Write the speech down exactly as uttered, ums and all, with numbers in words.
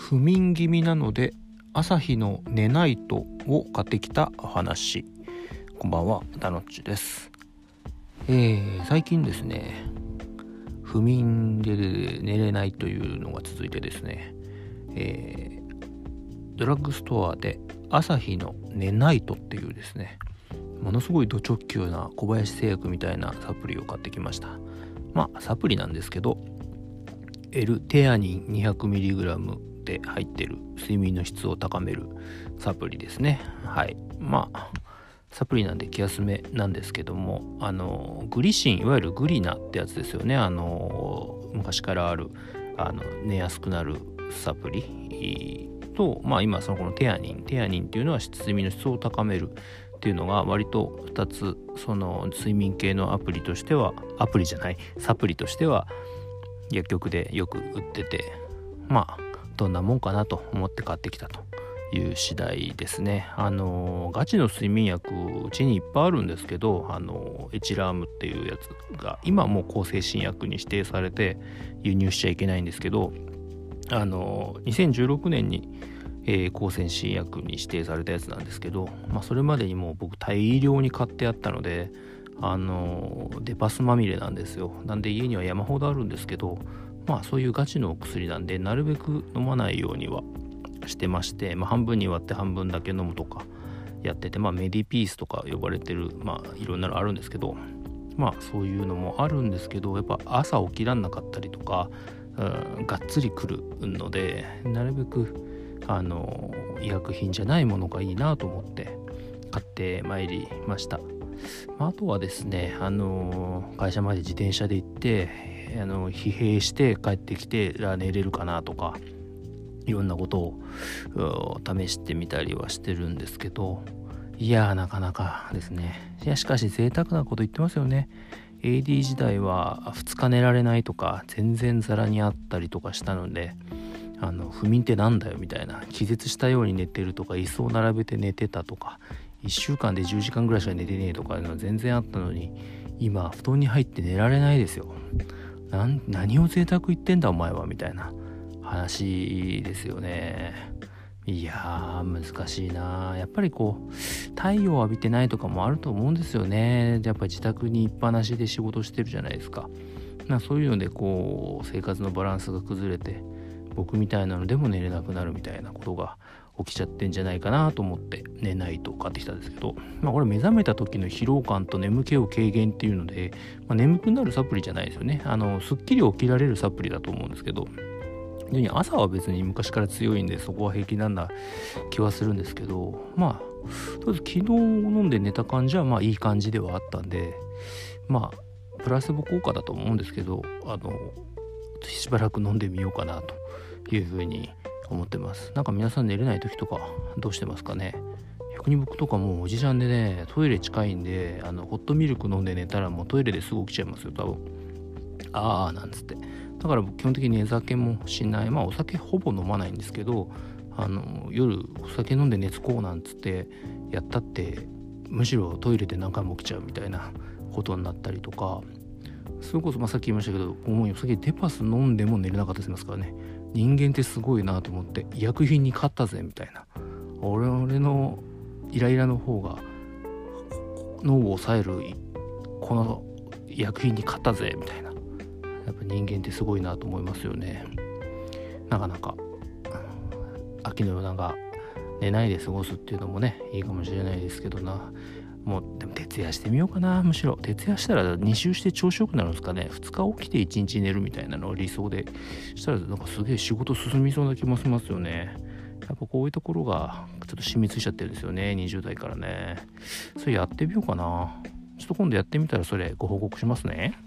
不眠気味なので朝日の寝ないとを買ってきたお話。こんばんは、ダノッチです。えー、最近ですね、不眠で寝れないというのが続いてですね、えー、ドラッグストアで朝日の寝ないとっていうですね、ものすごいド直球な小林製薬みたいなサプリを買ってきました。まあサプリなんですけど、L テアニン にひゃくミリグラム で入ってる睡眠の質を高めるサプリですね。はい。まあサプリなんで気休めなんですけども、あのグリシン、いわゆるグリナってやつですよね。あの昔からあるあの寝やすくなるサプリと、まあ今そのこのテアニンテアニンっていうのは睡眠の質を高めるっていうのが割とふたつ、その睡眠系のアプリとしてはアプリじゃないサプリとしては薬局でよく売ってて、まあどんなもんかなと思って買ってきたという次第ですね。あのガチの睡眠薬うちにいっぱいあるんですけど、あのエチラームっていうやつが今もう向精神薬に指定されて輸入しちゃいけないんですけど、あのにせんじゅうろくねんに、えー、向精神薬に指定されたやつなんですけど、まあ、それまでにもう僕大量に買ってあったので、あのデパスまみれなんですよ。なんで家には山ほどあるんですけど、まあそういうガチのお薬なんでなるべく飲まないようにはしてまして、まあ、半分に割って半分だけ飲むとかやってて、まあメディピースとか呼ばれてる、まあいろんなのあるんですけど、まあそういうのもあるんですけど、やっぱ朝起きらんなかったりとか、うん、がっつりくるので、なるべくあの医薬品じゃないものがいいなと思って買ってまいりました。あとはですね、あの会社まで自転車で行ってあの疲弊して帰ってきて寝れるかなとか、いろんなことを試してみたりはしてるんですけど、いやーなかなかですね。いやしかし贅沢なこと言ってますよね。 エーディー 時代はふつか寝られないとか全然ザラにあったりとかしたので、あの不眠ってなんだよみたいな、気絶したように寝てるとか、椅子を並べて寝てたとか、いっしゅうかんでじゅうじかんぐらいしか寝てねえとかいうのは全然あったのに、今布団に入って寝られないですよ。なん何を贅沢言ってんだお前はみたいな話ですよね。いやー難しいな。やっぱりこう太陽を浴びてないとかもあると思うんですよね。やっぱり自宅にいっぱなしで仕事してるじゃないですか。まあそういうのでこう生活のバランスが崩れて、僕みたいなのでも寝れなくなるみたいなことが起きちゃってんじゃないかなと思って寝ないと買ってきたんですけど、まあこれ目覚めた時の疲労感と眠気を軽減っていうので、まあ、眠くなるサプリじゃないですよね。あのすっきり起きられるサプリだと思うんですけど、朝は別に昔から強いんでそこは平気なんだ気はするんですけど、まあとりあえず昨日飲んで寝た感じはまあいい感じではあったんで、まあプラセボ効果だと思うんですけど、あのしばらく飲んでみようかなというふうに思ってます。なんか皆さん寝れない時とかどうしてますかね。逆に僕とかもうおじちゃんでね、トイレ近いんで、あのホットミルク飲んで寝たらもうトイレですぐ起きちゃいますよ多分。あーなんつって。だから基本的に寝酒もしない。まあお酒ほぼ飲まないんですけど、あの夜お酒飲んで寝つこうなんつってやったって、むしろトイレで何回も起きちゃうみたいなことになったりとか、それこそまあさっき言いましたけど、もうお酒デパス飲んでも寝れなかったりしますからね。人間ってすごいなと思って、医薬品に勝ったぜみたいな、俺俺のイライラの方が脳を抑えるこの医薬品に勝ったぜみたいな、やっぱ人間ってすごいなと思いますよね。なかなか秋の夜長寝ないで過ごすっていうのもねいいかもしれないですけどな。もうでも徹夜してみようかな。むしろ徹夜したらに周して調子よくなるんですかね。ふつか起きていちにち寝るみたいなのが理想でしたら、なんかすげえ仕事進みそうな気もしますよね。やっぱこういうところがちょっと染みついちゃってるんですよね、にじゅう代からね。それやってみようかな。ちょっと今度やってみたらそれご報告しますね。